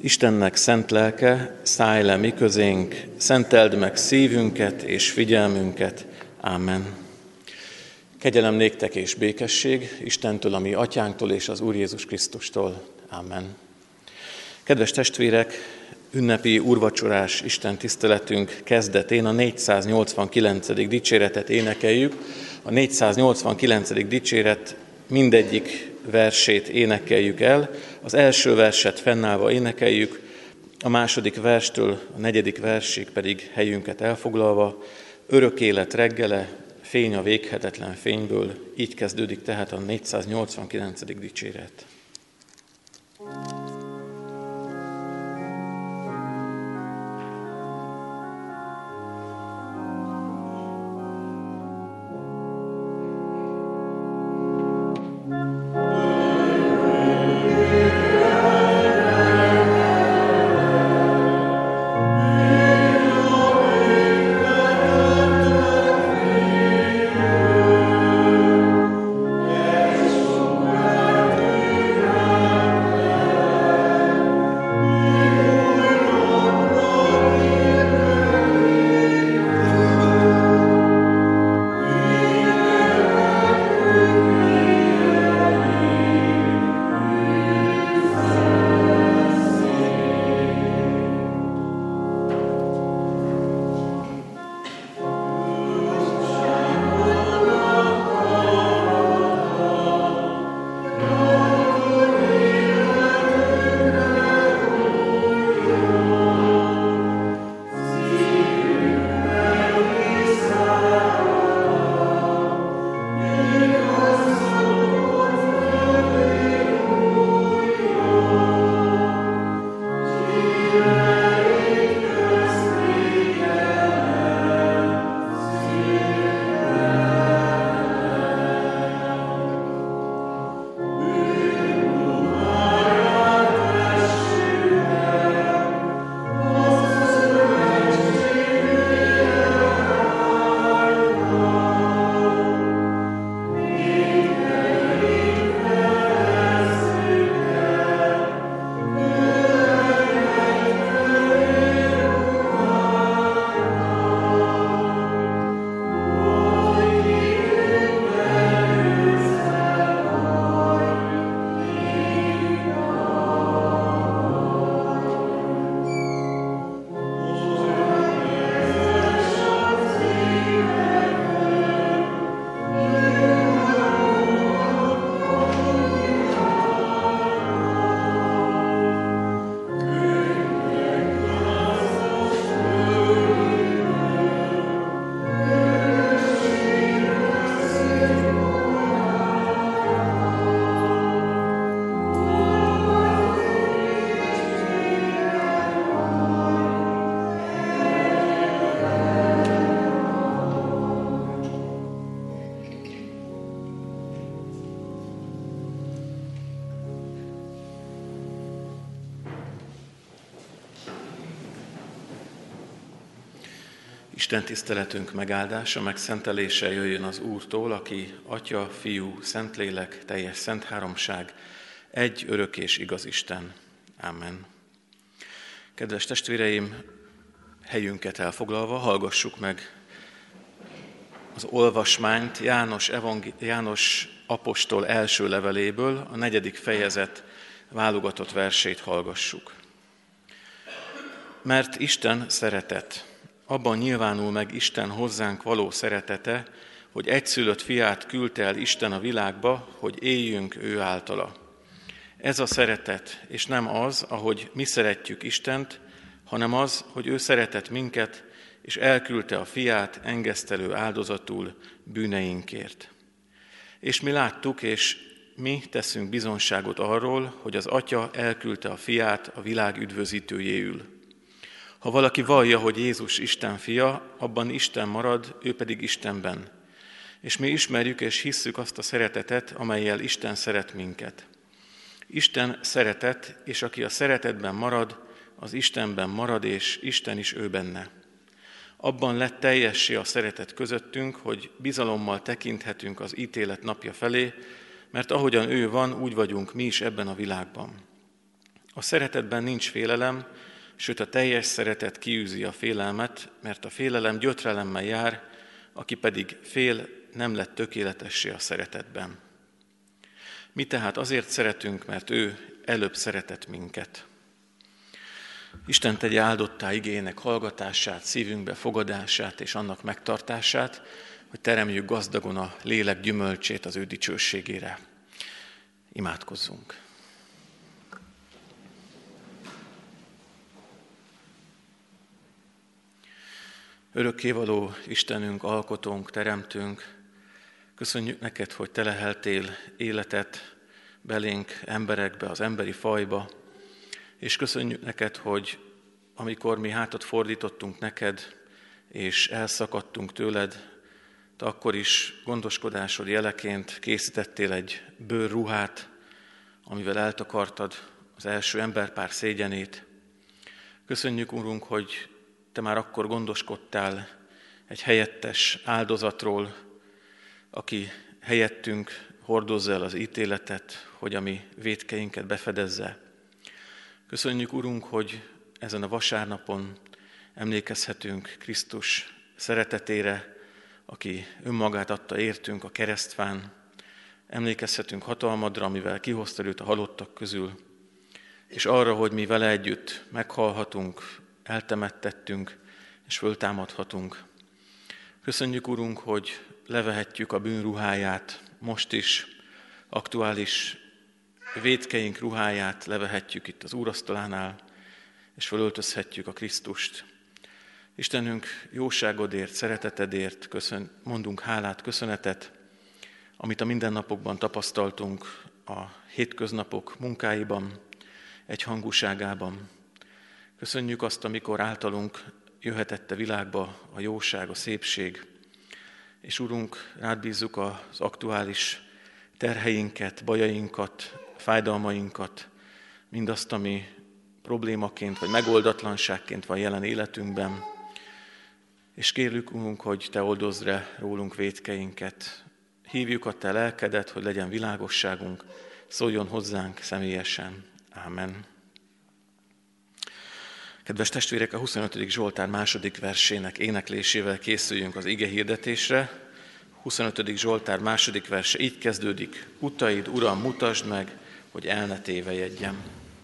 Istennek szent lelke, szállj le mi közénk, szenteld meg szívünket és figyelmünket. Ámen. Kegyelem néktek és békesség Istentől, a mi atyánktól és az Úr Jézus Krisztustól. Ámen. Kedves testvérek, ünnepi úrvacsorás Isten tiszteletünk kezdetén a 489. dicséretet énekeljük. A 489. dicséret mindegyik versét énekeljük el. Az első verset fennállva énekeljük, a második verstől a negyedik versig pedig helyünket elfoglalva. Örök élet reggele, fény a véghetetlen fényből. Így kezdődik tehát a 489. dicséret. Isten tiszteletünk megáldása, megszentelése jöjjön az Úrtól, aki Atya, Fiú, Szentlélek, teljes szent háromság, egy örök és igaz Isten. Ámen. Kedves testvéreim, helyünket elfoglalva hallgassuk meg az olvasmányt János apostol első leveléből, a 4. fejezet válogatott versét hallgassuk. Mert Isten szeretet. Abban nyilvánul meg Isten hozzánk való szeretete, hogy egyszülött fiát küldte el Isten a világba, hogy éljünk ő általa. Ez a szeretet, és nem az, ahogy mi szeretjük Istent, hanem az, hogy ő szeretett minket, és elküldte a fiát engesztelő áldozatul bűneinkért. És mi láttuk, és mi teszünk bizonságot arról, hogy az Atya elküldte a fiát a világ üdvözítőjéül. Ha valaki vallja, hogy Jézus Isten fia, abban Isten marad, ő pedig Istenben. És mi ismerjük és hisszük azt a szeretetet, amellyel Isten szeret minket. Isten szeretet, és aki a szeretetben marad, az Istenben marad, és Isten is ő benne. Abban lett teljessé a szeretet közöttünk, hogy bizalommal tekinthetünk az ítélet napja felé, mert ahogyan ő van, úgy vagyunk mi is ebben a világban. A szeretetben nincs félelem, sőt a teljes szeretet kiűzi a félelmet, mert a félelem gyötrelemmel jár, aki pedig fél, nem lett tökéletessé a szeretetben. Mi tehát azért szeretünk, mert ő előbb szeretett minket. Isten tegye áldottá igének hallgatását, szívünkbe fogadását és annak megtartását, hogy teremjük gazdagon a lélek gyümölcsét az ő dicsőségére. Imádkozzunk! Örökkévaló Istenünk, alkotónk, teremtőnk, köszönjük neked, hogy te leheltél életet belénk, emberekbe, az emberi fajba, és köszönjük neked, hogy amikor mi hátat fordítottunk neked, és elszakadtunk tőled, te akkor is gondoskodásod jeleként készítettél egy bőrruhát, amivel eltakartad az első emberpár szégyenét. Köszönjük, Urunk, hogy te már akkor gondoskodtál egy helyettes áldozatról, aki helyettünk hordozza el az ítéletet, hogy a mi vétkeinket befedezze. Köszönjük, Urunk, hogy ezen a vasárnapon emlékezhetünk Krisztus szeretetére, aki önmagát adta értünk a keresztfán. Emlékezhetünk hatalmadra, amivel kihoztad őt a halottak közül, és arra, hogy mi vele együtt meghalhatunk, eltemettettünk, és föltámadhatunk. Köszönjük, Urunk, hogy levehetjük a bűnruháját, most is aktuális vétkeink ruháját levehetjük itt az úrasztalánál, és fölöltözhetjük a Krisztust. Istenünk, jóságodért, szeretetedért mondunk hálát, köszönetet, amit a mindennapokban tapasztaltunk, a hétköznapok munkáiban, egyhangúságában. Köszönjük azt, amikor általunk jöhetett a világba a jóság, a szépség, és Urunk, rád bízzuk az aktuális terheinket, bajainkat, fájdalmainkat, mindazt, ami problémaként vagy megoldatlanságként van jelen életünkben, és kérjük, Urunk, hogy te oldozd le rólunk vétkeinket. Hívjuk a te lelkedet, hogy legyen világosságunk, szóljon hozzánk személyesen. Ámen. Kedves testvérek, a 25. Zsoltár második versének éneklésével készüljünk az ige hirdetésre. 25. Zsoltár második verse így kezdődik: Utaid, Uram, mutasd meg, hogy el ne tévejedjem.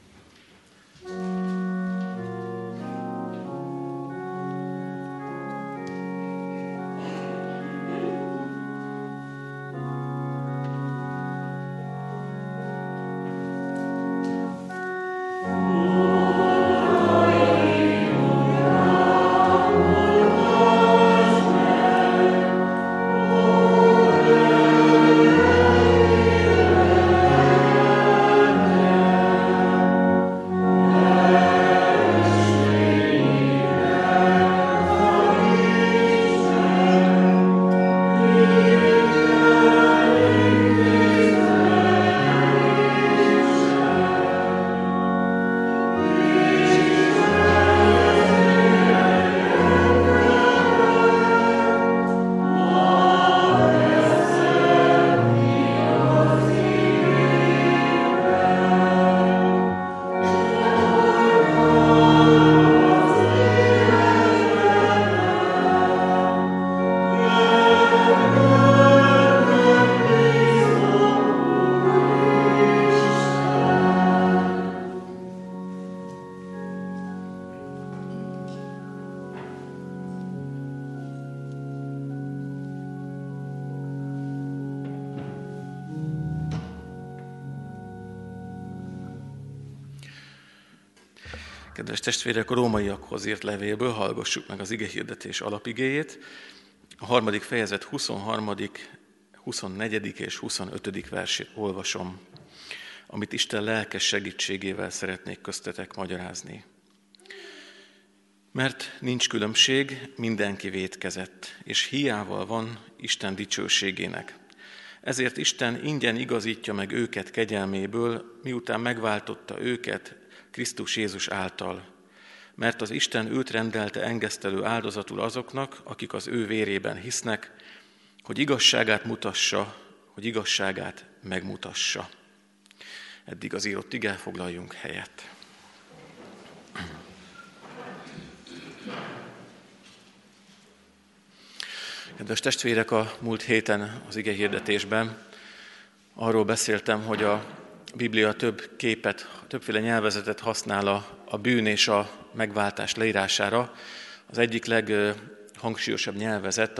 Kedves testvérek, a rómaiakhoz írt levélből hallgassuk meg az igehirdetés alapigéjét. A 3. fejezet 23., 24. és 25. versét olvasom, amit Isten lelkes segítségével szeretnék köztetek magyarázni. Mert nincs különbség, mindenki vétkezett, és hiával van Isten dicsőségének. Ezért Isten ingyen igazítja meg őket kegyelméből, miután megváltotta őket Krisztus Jézus által. Mert az Isten őt rendelte engesztelő áldozatul azoknak, akik az ő vérében hisznek, hogy igazságát mutassa, hogy igazságát megmutassa. Eddig az írott ige, foglaljunk helyet. Kedves testvérek, a múlt héten az igehirdetésben arról beszéltem, hogy a Biblia több képet, többféle nyelvezetet használ a bűn és a megváltás leírására. Az egyik leghangsúlyosabb nyelvezet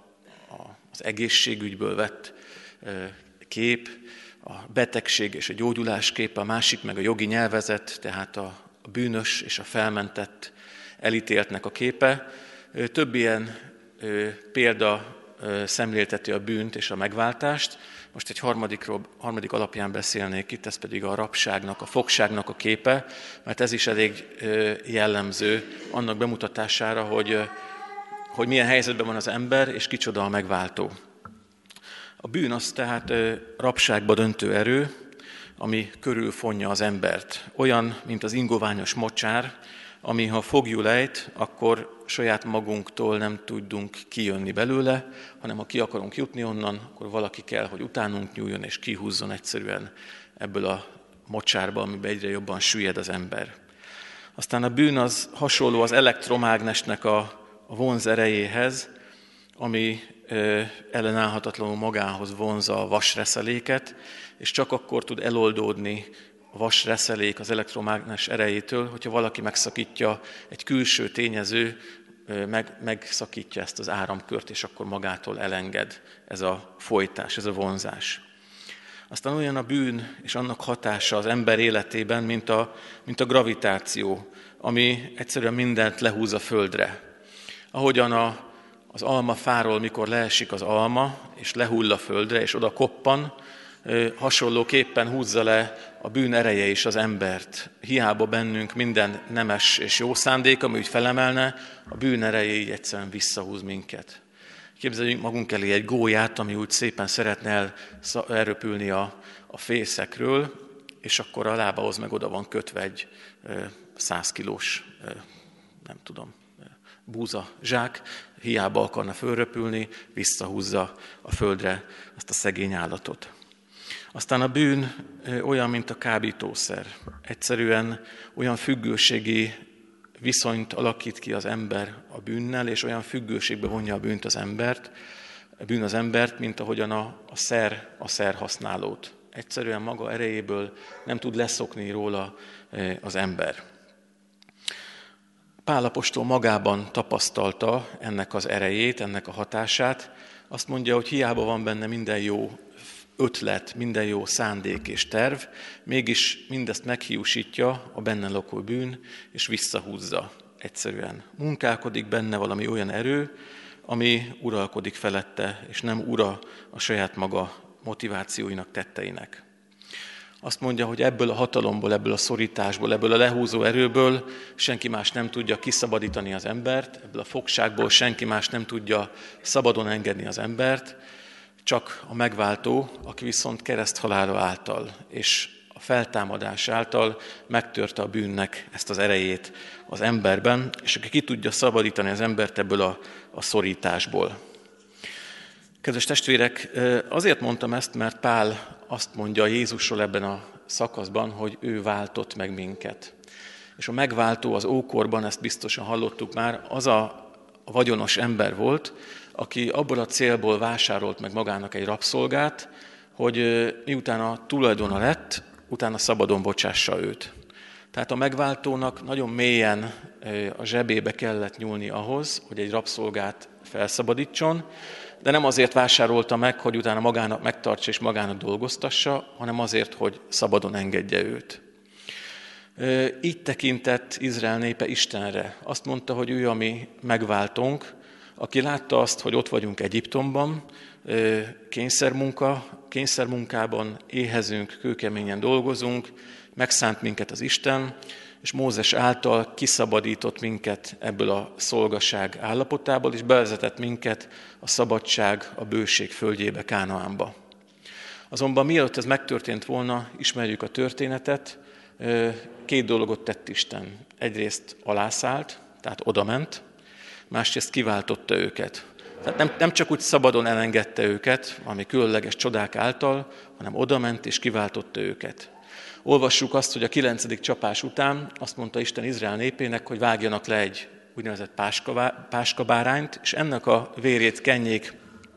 az egészségügyből vett kép, a betegség és a gyógyulás kép, a másik meg a jogi nyelvezet, tehát a bűnös és a felmentett elítéltnek a képe. Több ilyen példa szemlélteti a bűnt és a megváltást. Most egy harmadik alapján beszélnék itt, ez pedig a rabságnak, a fogságnak a képe, mert ez is elég jellemző annak bemutatására, hogy milyen helyzetben van az ember, és kicsoda a megváltó. A bűn az tehát rabságba döntő erő, ami körülfonja az embert. Olyan, mint az ingoványos mocsár, ami ha foglyul ejt, akkor saját magunktól nem tudunk kijönni belőle, hanem ha ki akarunk jutni onnan, akkor valaki kell, hogy utánunk nyúljon és kihúzzon egyszerűen ebből a mocsárba, amiben egyre jobban süllyed az ember. Aztán a bűn az hasonló az elektromágnesnek a vonz erejéhez, ami ellenállhatatlanul magához vonzza a vasreszeléket, és csak akkor tud eloldódni a vasreszelék az elektromágnes erejétől, hogyha valaki megszakítja, egy külső tényező megszakítja ezt az áramkört, és akkor magától elenged ez a folytás, ez a vonzás. Aztán olyan a bűn és annak hatása az ember életében, mint a gravitáció, ami egyszerűen mindent lehúz a földre. Ahogyan az almafáról, mikor leesik az alma, és lehull a földre, és oda koppan, hasonlóképpen húzza le a bűn ereje is az embert. Hiába bennünk minden nemes és jó szándék, ami úgy felemelne, a bűn ereje így egyszerűen visszahúz minket. Képzeljünk magunk elé egy gólyát, ami úgy szépen szeretne elröpülni a fészekről, és akkor a lábához meg oda van kötve egy 100 kilós, búzazsák, hiába akarna fölröpülni, visszahúzza a földre azt a szegény állatot. Aztán a bűn olyan, mint a kábítószer. Egyszerűen olyan függőségi viszonyt alakít ki az ember a bűnnel, és olyan függőségbe vonja a bűn az embert, mint ahogyan a szer használót. Egyszerűen maga erejéből nem tud leszokni róla az ember. Pál apostol magában tapasztalta ennek az erejét, ennek a hatását. Azt mondja, hogy hiába van benne minden jó ötlet, minden jó szándék és terv, mégis mindezt meghiúsítja a benne lakó bűn, és visszahúzza egyszerűen. Munkálkodik benne valami olyan erő, ami uralkodik felette, és nem ura a saját maga motivációinak, tetteinek. Azt mondja, hogy ebből a hatalomból, ebből a szorításból, ebből a lehúzó erőből senki más nem tudja kiszabadítani az embert, ebből a fogságból senki más nem tudja szabadon engedni az embert, csak a megváltó, aki viszont kereszthalála által és a feltámadás által megtörte a bűnnek ezt az erejét az emberben, és aki ki tudja szabadítani az embert ebből a szorításból. Kedves testvérek, azért mondtam ezt, mert Pál azt mondja Jézusról ebben a szakaszban, hogy ő váltott meg minket. És a megváltó az ókorban, ezt biztosan hallottuk már, az a vagyonos ember volt, aki abból a célból vásárolt meg magának egy rabszolgát, hogy miután a tulajdona lett, utána szabadon bocsássa őt. Tehát a megváltónak nagyon mélyen a zsebébe kellett nyúlni ahhoz, hogy egy rabszolgát felszabadítson, de nem azért vásárolta meg, hogy utána magának megtartsa és magának dolgoztassa, hanem azért, hogy szabadon engedje őt. Így tekintett Izrael népe Istenre. Azt mondta, hogy ő a mi megváltónk, aki látta azt, hogy ott vagyunk Egyiptomban, kényszermunkában éhezünk, kőkeményen dolgozunk, megszánt minket az Isten, és Mózes által kiszabadított minket ebből a szolgaság állapotából, és bevezetett minket a szabadság, a bőség földjébe, Kánaánba. Azonban mielőtt ez megtörtént volna, ismerjük a történetet, két dologot tett Isten. Egyrészt alászállt, tehát odament, másrészt kiváltotta őket. Tehát nem csak úgy szabadon elengedte őket, ami különleges csodák által, hanem odament és kiváltotta őket. Olvassuk azt, hogy a 9. csapás után azt mondta Isten Izrael népének, hogy vágjanak le egy úgynevezett páskabárányt, és ennek a vérét kenjék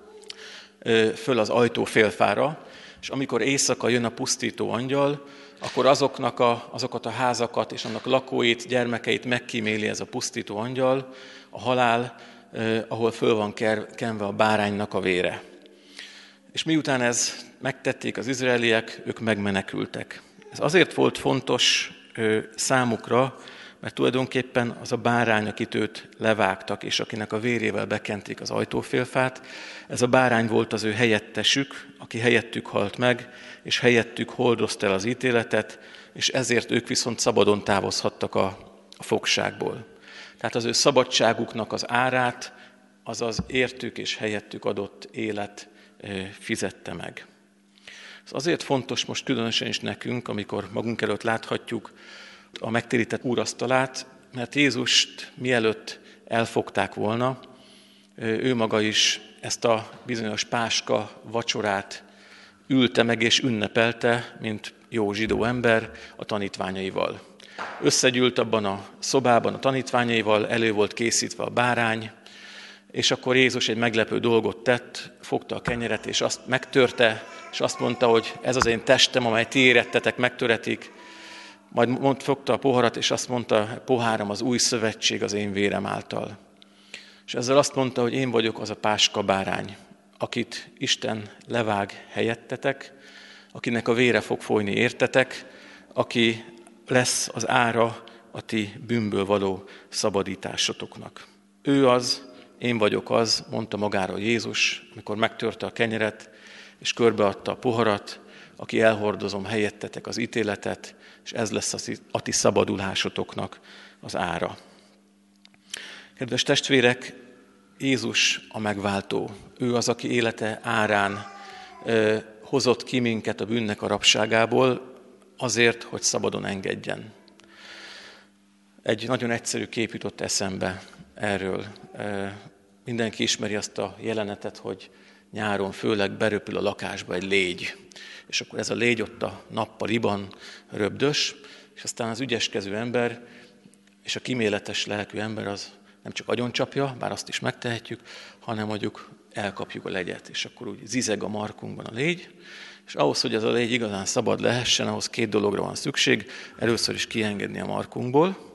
föl az ajtó félfára, és amikor éjszaka jön a pusztító angyal, akkor azokat a házakat és annak lakóit, gyermekeit megkíméli ez a pusztító angyal, a halál, ahol föl van kenve a báránynak a vére. És miután ezt megtették az izraeliek, ők megmenekültek. Ez azért volt fontos számukra, mert tulajdonképpen az a bárány, akit őt levágtak, és akinek a vérével bekenték az ajtófélfát, ez a bárány volt az ő helyettesük, aki helyettük halt meg, és helyettük hordozta el az ítéletet, és ezért ők viszont szabadon távozhattak a fogságból. Tehát az ő szabadságuknak az árát, az az értük és helyettük adott élet fizette meg. Ez azért fontos most különösen is nekünk, amikor magunk előtt láthatjuk a megtérített úrasztalát, mert Jézust mielőtt elfogták volna, ő maga is ezt a bizonyos páska vacsorát ülte meg és ünnepelte, mint jó zsidó ember a tanítványaival. Összegyűlt abban a szobában a tanítványaival, elő volt készítve a bárány, és akkor Jézus egy meglepő dolgot tett, fogta a kenyeret, és azt megtörte, és azt mondta, hogy ez az én testem, amely ti érettetek, megtöretik. Majd fogta a poharat, és azt mondta, poháram az új szövetség az én vérem által. És ezzel azt mondta, hogy én vagyok az a páska bárány, akit Isten levág helyettetek, akinek a vére fog folyni értetek, aki lesz az ára a ti bűnből való szabadításotoknak. Ő az, én vagyok az, mondta magáról Jézus, amikor megtörte a kenyeret, és körbeadta a poharat, aki elhordozom helyettetek az ítéletet, és ez lesz a ti szabadulásotoknak az ára. Kedves testvérek, Jézus a megváltó. Ő az, aki élete árán hozott ki minket a bűnnek a rabságából, azért, hogy szabadon engedjen. Egy nagyon egyszerű kép jutott eszembe erről. Mindenki ismeri azt a jelenetet, hogy nyáron főleg beröpül a lakásba egy légy. És akkor ez a légy ott a nappaliban röbdös, és aztán az ügyeskező ember és a kíméletes lelkű ember az nem csak agyoncsapja, bár azt is megtehetjük, hanem mondjuk elkapjuk a legyet, és akkor úgy zizeg a markunkban a légy, és ahhoz, hogy ez a légy igazán szabad lehessen, ahhoz 2 dologra van szükség, először is kiengedni a markunkból,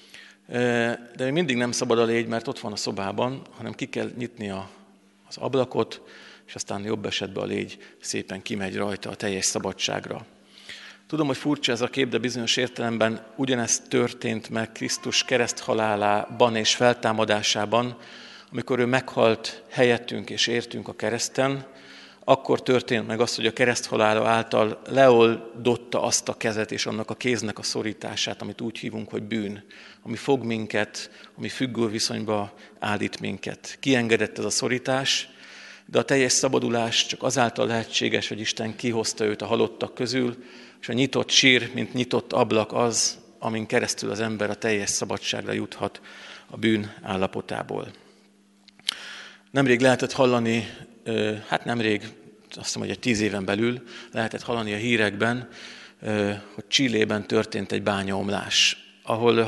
de még mindig nem szabad a légy, mert ott van a szobában, hanem ki kell nyitni az ablakot, és aztán jobb esetben a légy szépen kimegy rajta a teljes szabadságra. Tudom, hogy furcsa ez a kép, de bizonyos értelemben ugyanezt történt meg Krisztus kereszthalálában és feltámadásában, amikor ő meghalt helyettünk és értünk a kereszten, akkor történt meg az, hogy a kereszthalála által leoldotta azt a kezet és annak a kéznek a szorítását, amit úgy hívunk, hogy bűn, ami fog minket, ami függő viszonyba állít minket. Kiengedett ez a szorítás, de a teljes szabadulás csak azáltal lehetséges, hogy Isten kihozta őt a halottak közül, és a nyitott sír, mint nyitott ablak az, amin keresztül az ember a teljes szabadságra juthat a bűn állapotából. Nemrég lehetett hallani, azt hiszem, hogy egy 10 éven belül lehetett hallani a hírekben, hogy Chilében történt egy bányaomlás, ahol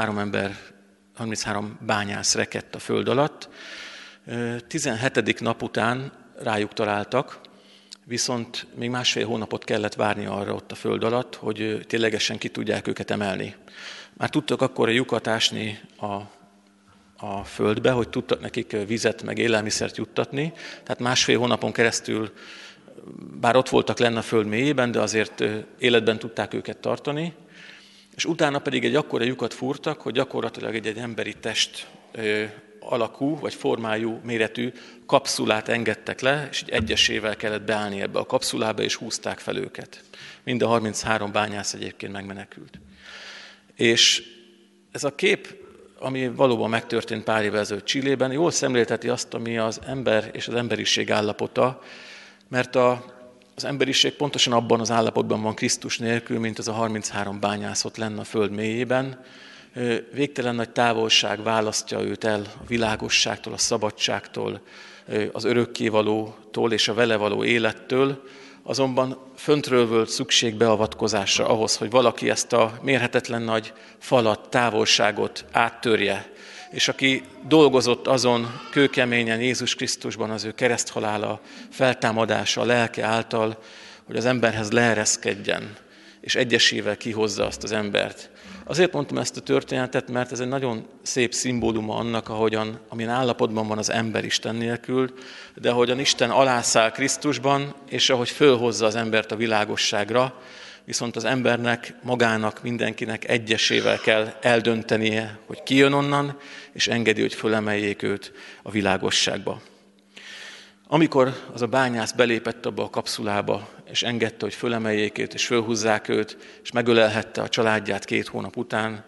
33 bányász rekedt a föld alatt. 17. nap után rájuk találtak, viszont még 1,5 hónapot kellett várni arra ott a föld alatt, hogy ténylegesen ki tudják őket emelni. Már tudtak akkor a lyukat ásni a földbe, hogy tudtak nekik vizet meg élelmiszert juttatni. Tehát 1,5 hónapon keresztül, bár ott voltak lenne a föld mélyében, de azért életben tudták őket tartani. És utána pedig egy akkora lyukat fúrtak, hogy gyakorlatilag egy emberi test alakú, vagy formájú, méretű kapszulát engedtek le, és így egyesével kellett beállni ebbe a kapszulába, és húzták fel őket. Mind a 33 bányász egyébként megmenekült. És ez a kép, ami valóban megtörtént pár évvel ezelőtt Chilében, jól szemlélteti azt, ami az ember és az emberiség állapota, mert az emberiség pontosan abban az állapotban van Krisztus nélkül, mint az a 33 bányász ott lenne a föld mélyében. Végtelen nagy távolság választja őt el a világosságtól, a szabadságtól, az örökkévalótól és a vele való élettől, azonban föntről volt szükség beavatkozásra ahhoz, hogy valaki ezt a mérhetetlen nagy falat, távolságot áttörje, és aki dolgozott azon kőkeményen Jézus Krisztusban az ő kereszthalála, feltámadása, a lelke által, hogy az emberhez leereszkedjen, és egyesével kihozza azt az embert. Azért mondtam ezt a történetet, mert ez egy nagyon szép szimbóluma annak, amilyen állapotban van az ember Isten nélkül, de ahogyan Isten alászáll Krisztusban, és ahogy fölhozza az embert a világosságra, viszont az embernek, magának, mindenkinek egyesével kell eldöntenie, hogy ki jön onnan, és engedi, hogy fölemeljék őt a világosságba. Amikor az a bányász belépett abba a kapszulába, és engedte, hogy fölemeljék őt, és fölhúzzák őt, és megölelhette a családját 2 hónap után,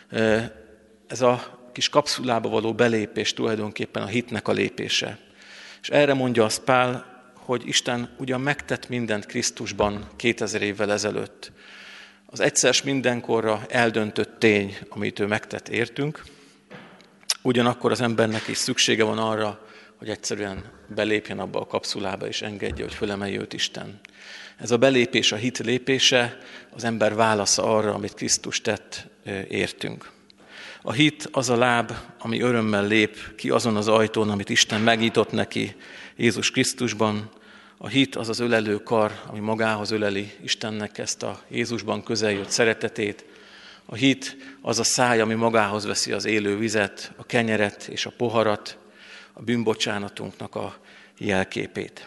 ez a kis kapszulába való belépés tulajdonképpen a hitnek a lépése. És erre mondja azt Pál, hogy Isten ugyan megtett mindent Krisztusban 2000 évvel ezelőtt. Az egyszer mindenkorra eldöntött tény, amit ő megtett értünk, ugyanakkor az embernek is szüksége van arra, hogy egyszerűen belépjen abba a kapszulába, és engedje, hogy fölemelje őt Isten. Ez a belépés, a hit lépése, az ember válasza arra, amit Krisztus tett értünk. A hit az a láb, ami örömmel lép ki azon az ajtón, amit Isten megnyitott neki Jézus Krisztusban. A hit az az ölelő kar, ami magához öleli Istennek ezt a Jézusban közeljött szeretetét. A hit az a száj, ami magához veszi az élő vizet, a kenyeret és a poharat, a bűnbocsánatunknak a jelképét.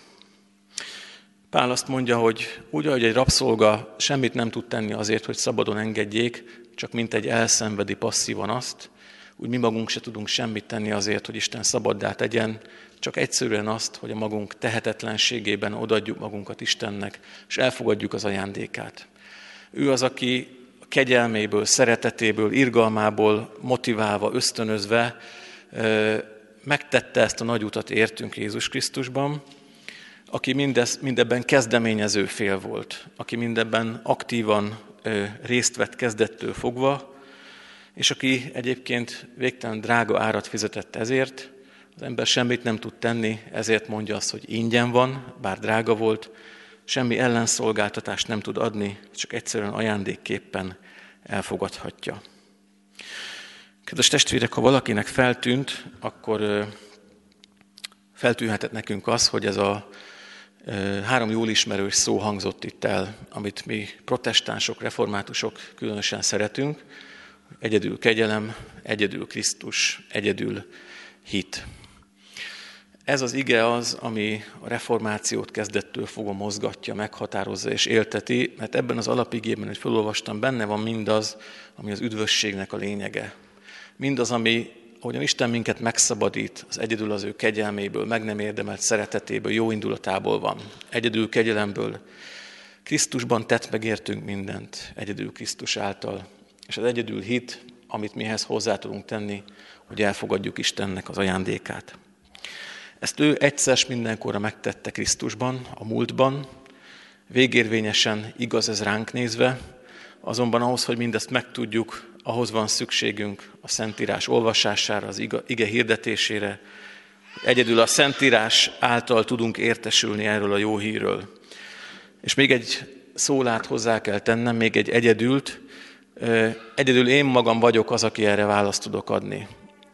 Pál azt mondja, hogy úgy, ahogy egy rabszolga semmit nem tud tenni azért, hogy szabadon engedjék, csak mint egy elszenvedi passzívan azt, úgy mi magunk se tudunk semmit tenni azért, hogy Isten szabaddá tegyen, csak egyszerűen azt, hogy a magunk tehetetlenségében odaadjuk magunkat Istennek, és elfogadjuk az ajándékát. Ő az, aki a kegyelméből, szeretetéből, irgalmából motiválva, ösztönözve megtette ezt a nagy utat értünk Jézus Krisztusban, aki mindebben kezdeményező fél volt, aki mindebben aktívan részt vett kezdettől fogva, és aki egyébként végtelen drága árat fizetett ezért, az ember semmit nem tud tenni, ezért mondja azt, hogy ingyen van, bár drága volt, semmi ellenszolgáltatást nem tud adni, csak egyszerűen ajándékképpen elfogadhatja. Kedves testvérek, ha valakinek feltűnt, akkor feltűnhetett nekünk az, hogy ez a 3 jól ismerős szó hangzott itt el, amit mi protestánsok, reformátusok különösen szeretünk. Egyedül kegyelem, egyedül Krisztus, egyedül hit. Ez az ige az, ami a reformációt kezdettől fogva mozgatja, meghatározza és élteti, mert ebben az alapigében, hogy felolvastam, benne van mindaz, ami az üdvösségnek a lényege. Mindaz, ami, ahogyan Isten minket megszabadít, az egyedül az ő kegyelméből, meg nem érdemelt szeretetéből, jó indulatából van. Egyedül kegyelemből. Krisztusban tett megértünk mindent, egyedül Krisztus által. És az egyedül hit, amit mihez hozzá tudunk tenni, hogy elfogadjuk Istennek az ajándékát. Ezt ő egyszer mindenkorra megtette Krisztusban, a múltban, végérvényesen igaz ez ránk nézve, azonban ahhoz, hogy mindezt megtudjuk, ahhoz van szükségünk a Szentírás olvasására, az ige hirdetésére. Egyedül a Szentírás által tudunk értesülni erről a jó hírről. És még egy szólát hozzá kell tennem, még egy egyedült. Egyedül én magam vagyok az, aki erre választ tudok adni.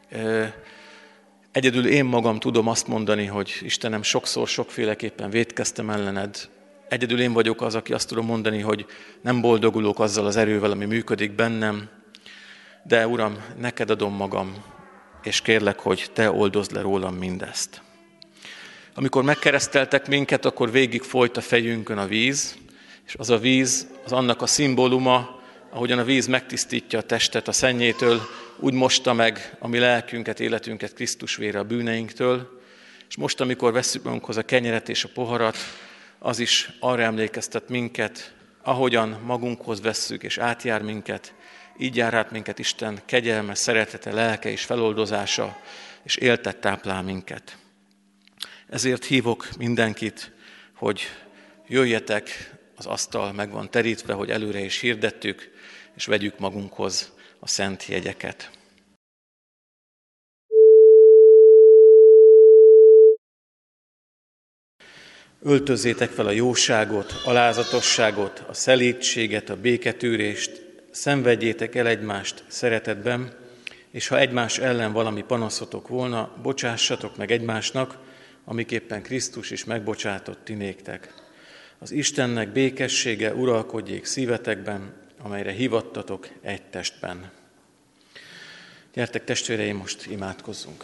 Egyedül én magam tudom azt mondani, hogy Istenem, sokszor, sokféleképpen vétkeztem ellened. Egyedül én vagyok az, aki azt tudom mondani, hogy nem boldogulok azzal az erővel, ami működik bennem, de Uram, neked adom magam, és kérlek, hogy te oldozd le rólam mindezt. Amikor megkereszteltek minket, akkor végig folyt a fejünkön a víz, és az a víz, az annak a szimbóluma, ahogyan a víz megtisztítja a testet a szennyétől, úgy mosta meg a mi lelkünket, életünket Krisztus vére a bűneinktől, és most, amikor vesszük magunkhoz a kenyeret és a poharat, az is arra emlékeztet minket, ahogyan magunkhoz vesszük és átjár minket, így jár át minket Isten kegyelme, szeretete, lelke és feloldozása, és éltet táplál minket. Ezért hívok mindenkit, hogy jöjjetek, az asztal meg van terítve, hogy előre is hirdettük, és vegyük magunkhoz a szent jegyeket. Öltözzétek fel a jóságot, alázatosságot, a szelídséget, a béketűrést, szenvedjétek el egymást szeretetben, és ha egymás ellen valami panaszotok volna, bocsássatok meg egymásnak, amiképpen Krisztus is megbocsátott ti néktek. Az Istennek békessége uralkodjék szívetekben, amelyre hívattatok egy testben. Gyertek, testvéreim, most imádkozzunk.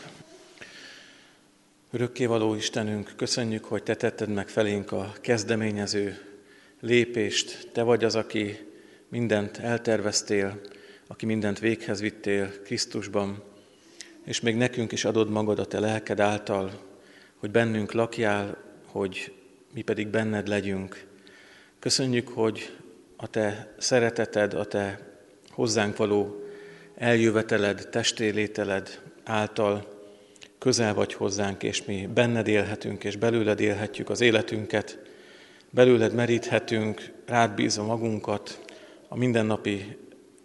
Örökkévaló Istenünk, köszönjük, hogy Te tetted meg felénk a kezdeményező lépést. Te vagy az, aki mindent elterveztél, aki mindent véghez vittél Krisztusban, és még nekünk is adod magad a Te lelked által, hogy bennünk lakjál, hogy mi pedig benned legyünk. Köszönjük, hogy a Te szereteted, a Te hozzánk való eljöveteled, testélételed által közel vagy hozzánk, és mi benned élhetünk, és belőled élhetjük az életünket, belőled meríthetünk, rád bízva magunkat a mindennapi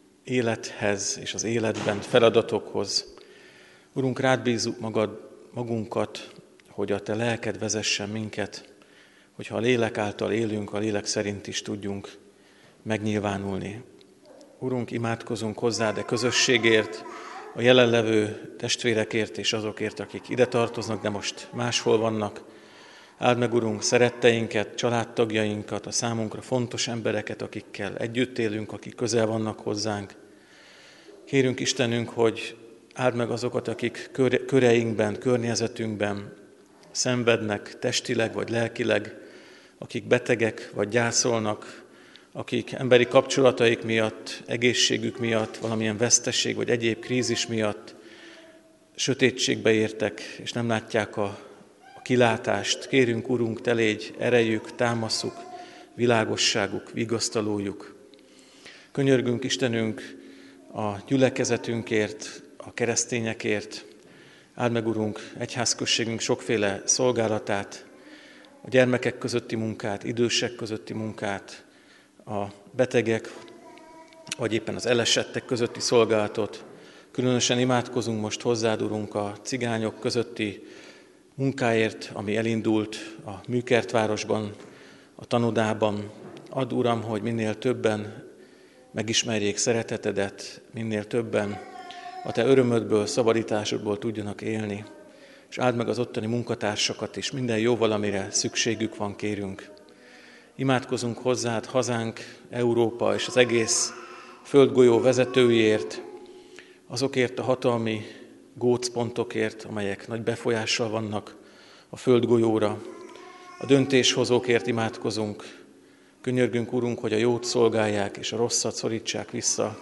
élethez és az életben feladatokhoz. Urunk, rád bízzuk magunkat, hogy a Te lelked vezessen minket, hogyha a lélek által élünk, a lélek szerint is tudjunk megnyilvánulni. Urunk, imádkozunk hozzád a közösségért, a jelenlevő testvérekért és azokért, akik ide tartoznak, de most máshol vannak. Áld meg, Urunk, szeretteinket, családtagjainkat, a számunkra fontos embereket, akikkel együtt élünk, akik közel vannak hozzánk. Kérünk Istenünk, hogy áld meg azokat, akik köreinkben, környezetünkben szenvednek testileg vagy lelkileg, akik betegek vagy gyászolnak, akik emberi kapcsolataik miatt, egészségük miatt, valamilyen veszteség vagy egyéb krízis miatt sötétségbe értek, és nem látják a kilátást. Kérünk, Urunk, Te légy erejük, támaszuk, világosságuk, vigasztalójuk. Könyörgünk, Istenünk, a gyülekezetünkért, a keresztényekért. Áld meg, Urunk, egyházközségünk sokféle szolgálatát, a gyermekek közötti munkát, idősek közötti munkát, a betegek, vagy éppen az elesettek közötti szolgálatot. Különösen imádkozunk most hozzád, Urunk, a cigányok közötti munkáért, ami elindult a Műkertvárosban, a tanodában. Add, Uram, hogy minél többen megismerjék szeretetedet, minél többen a Te örömödből, szabadításodból tudjanak élni, és áld meg az ottani munkatársakat is, minden jó valamire szükségük van, kérünk. Imádkozunk hozzád, hazánk, Európa és az egész földgolyó vezetőiért, azokért a hatalmi gócpontokért, amelyek nagy befolyással vannak a földgolyóra. A döntéshozókért imádkozunk. Könyörgünk, Urunk, hogy a jót szolgálják és a rosszat szorítsák vissza.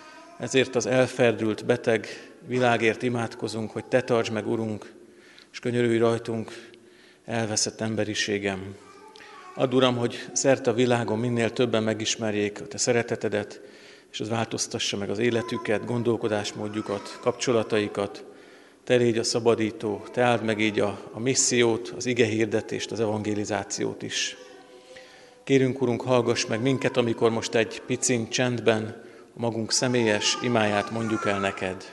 Ezért az elferdült, beteg világért imádkozunk, hogy Te tartsd meg, Urunk, és könyörülj rajtunk, elveszett emberiségem. Add, Uram, hogy szerte a világon minél többen megismerjék a Te szeretetedet, és az változtassa meg az életüket, gondolkodásmódjukat, kapcsolataikat. Te légy a szabadító, Te áld meg így a missziót, az igehirdetést, az evangelizációt is. Kérünk, Urunk, hallgass meg minket, amikor most egy picin csendben a magunk személyes imáját mondjuk el neked.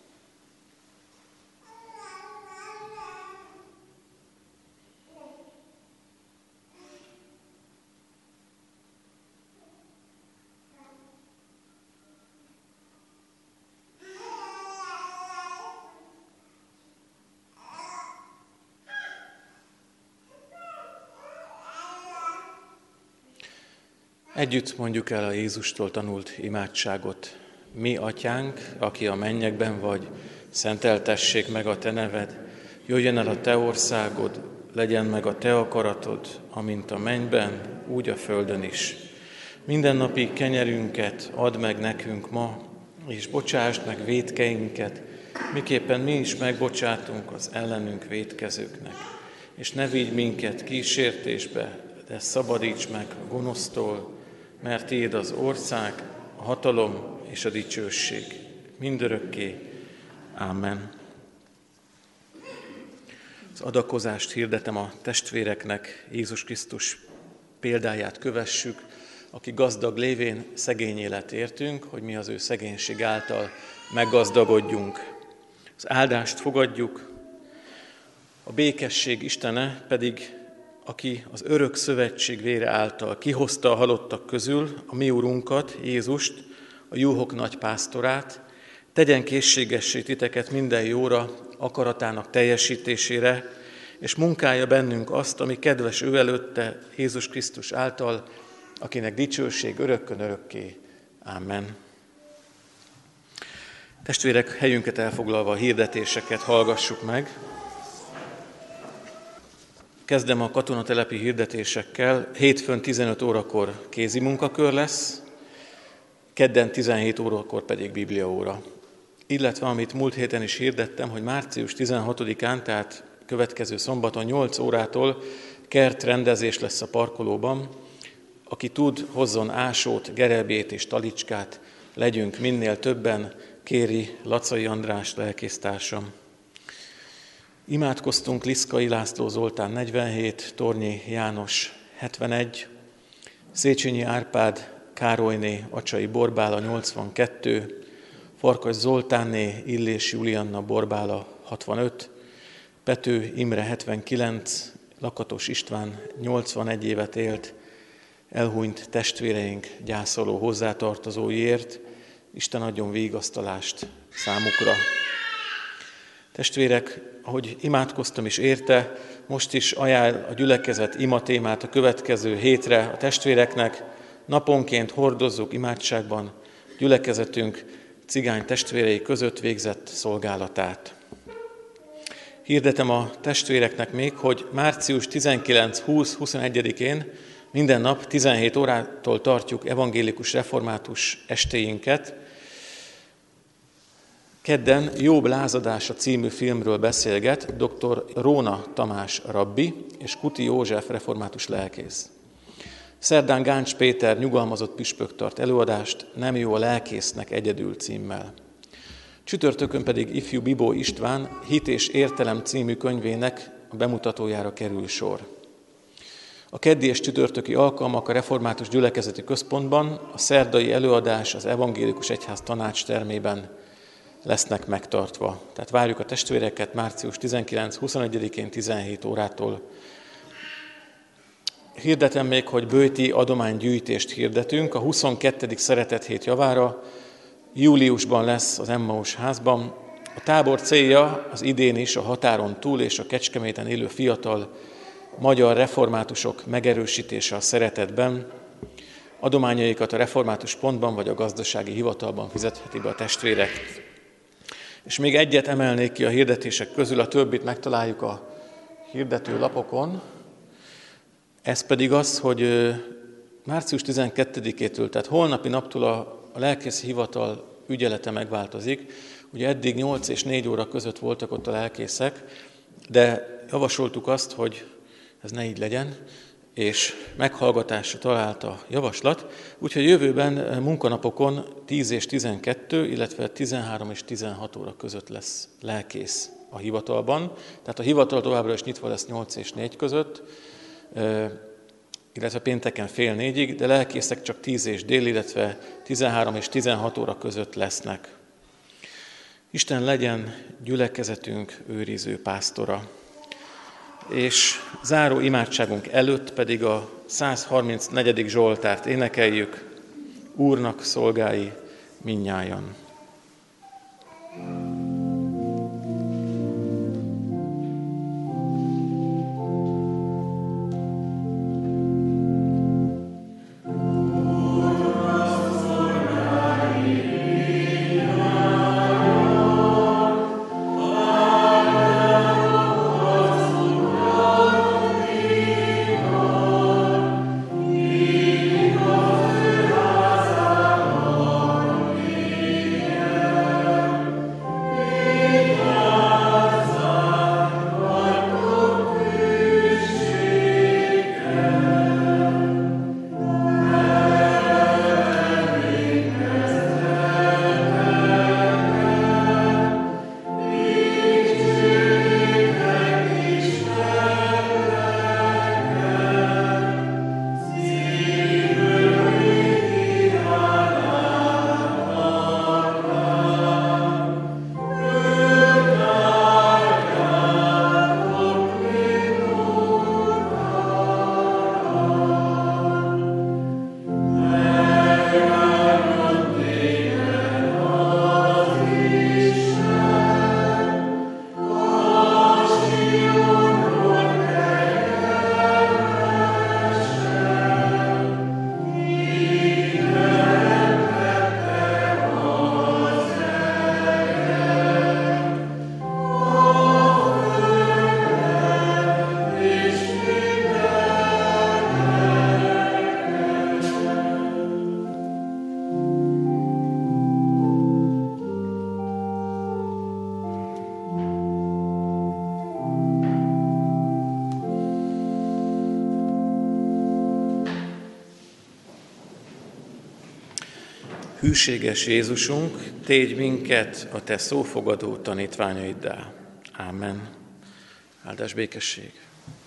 Együtt mondjuk el a Jézustól tanult imádságot. Mi, Atyánk, aki a mennyekben vagy, szenteltessék meg a Te neved, jöjjön el a Te országod, legyen meg a Te akaratod, amint a mennyben, úgy a földön is. Mindennapi kenyerünket add meg nekünk ma, és bocsásd meg vétkeinket, miképpen mi is megbocsátunk az ellenünk vétkezőknek. És ne vigy minket kísértésbe, de szabadíts meg a gonosztól, mert Tiéd az ország, a hatalom és a dicsőség mindörökké. Ámen. Az adakozást hirdetem a testvéreknek, Jézus Krisztus példáját kövessük, aki gazdag lévén szegény élet értünk, hogy mi az ő szegénység által meggazdagodjunk. Az áldást fogadjuk, a békesség Istene pedig aki az örök szövetség vére által kihozta a halottak közül a mi Urunkat, Jézust, a juhok nagy pásztorát, tegyen készségessé titeket minden jóra, akaratának teljesítésére, és munkálja bennünk azt, ami kedves ő előtte, Jézus Krisztus által, akinek dicsőség örökkön örökké. Amen. Testvérek, helyünket elfoglalva a hirdetéseket hallgassuk meg. Kezdem a katonatelepi hirdetésekkel. Hétfőn 15 órakor kézi munkakör lesz, kedden 17 órakor pedig bibliaóra. Illetve, amit múlt héten is hirdettem, hogy március 16-án, tehát következő szombaton 8 órától kertrendezés lesz a parkolóban. Aki tud, hozzon ásót, gerebét és talicskát, legyünk minél többen, kéri Lacai András lelkésztársam. Imádkoztunk Liszkai László Zoltán 47, Tornyi János 71, Széchenyi Árpád Károlyné Acsai Borbála 82, Farkas Zoltánné Illés Julianna Borbála 65, Pető Imre 79, Lakatos István 81 évet élt, elhunyt testvéreink gyászoló hozzátartozóiért, Isten adjon vigasztalást számukra. Testvérek, ahogy imádkoztam is érte, most is ajánl a gyülekezet imatémát a következő hétre a testvéreknek, naponként hordozzuk imádságban gyülekezetünk cigány testvérei között végzett szolgálatát. Hirdetem a testvéreknek még, hogy március 19-20-21-én minden nap 17 órától tartjuk evangélikus református estéinket. Kedden Jobb lázadása című filmről beszélget dr. Róna Tamás rabbi és Kuti József református lelkész. Szerdán Gáncs Péter nyugalmazott püspök tart előadást, Nem jó a lelkésznek egyedül címmel. Csütörtökön pedig ifjú Bibó István Hit és értelem című könyvének a bemutatójára kerül sor. A keddi és csütörtöki alkalmak a Református Gyülekezeti Központban, a szerdai előadás az Evangélikus Egyház tanácstermében lesznek megtartva. Tehát várjuk a testvéreket március 19-21-én 17 órától. Hirdetem még, hogy böjti adománygyűjtést hirdetünk. A 22. Szeretethét javára júliusban lesz az Emmaus házban. A tábor célja az idén is a határon túl és a Kecskeméten élő fiatal magyar reformátusok megerősítése a szeretetben. Adományaikat a református pontban vagy a gazdasági hivatalban fizetheti be a testvérek. És még egyet emelnék ki a hirdetések közül, a többit megtaláljuk a hirdető lapokon. Ez pedig az, hogy március 12-től, tehát holnapi naptól a lelkészi hivatal ügyelete megváltozik. Ugye eddig 8 és 4 óra között voltak ott a lelkészek, de javasoltuk azt, hogy ez ne így legyen, és meghallgatásra talált a javaslat, úgyhogy jövőben munkanapokon 10 és 12, illetve 13 és 16 óra között lesz lelkész a hivatalban. Tehát a hivatal továbbra is nyitva lesz 8 és 4 között, illetve pénteken fél 4-ig, de lelkészek csak 10 és dél, illetve 13 és 16 óra között lesznek. Isten legyen gyülekezetünk őriző pásztora. És záró imádságunk előtt pedig a 134. Zsoltárt énekeljük, Úrnak szolgái mindnyájan. Hűséges Jézusunk, tégy minket a Te szófogadó tanítványaiddá. Ámen. Áldás békesség!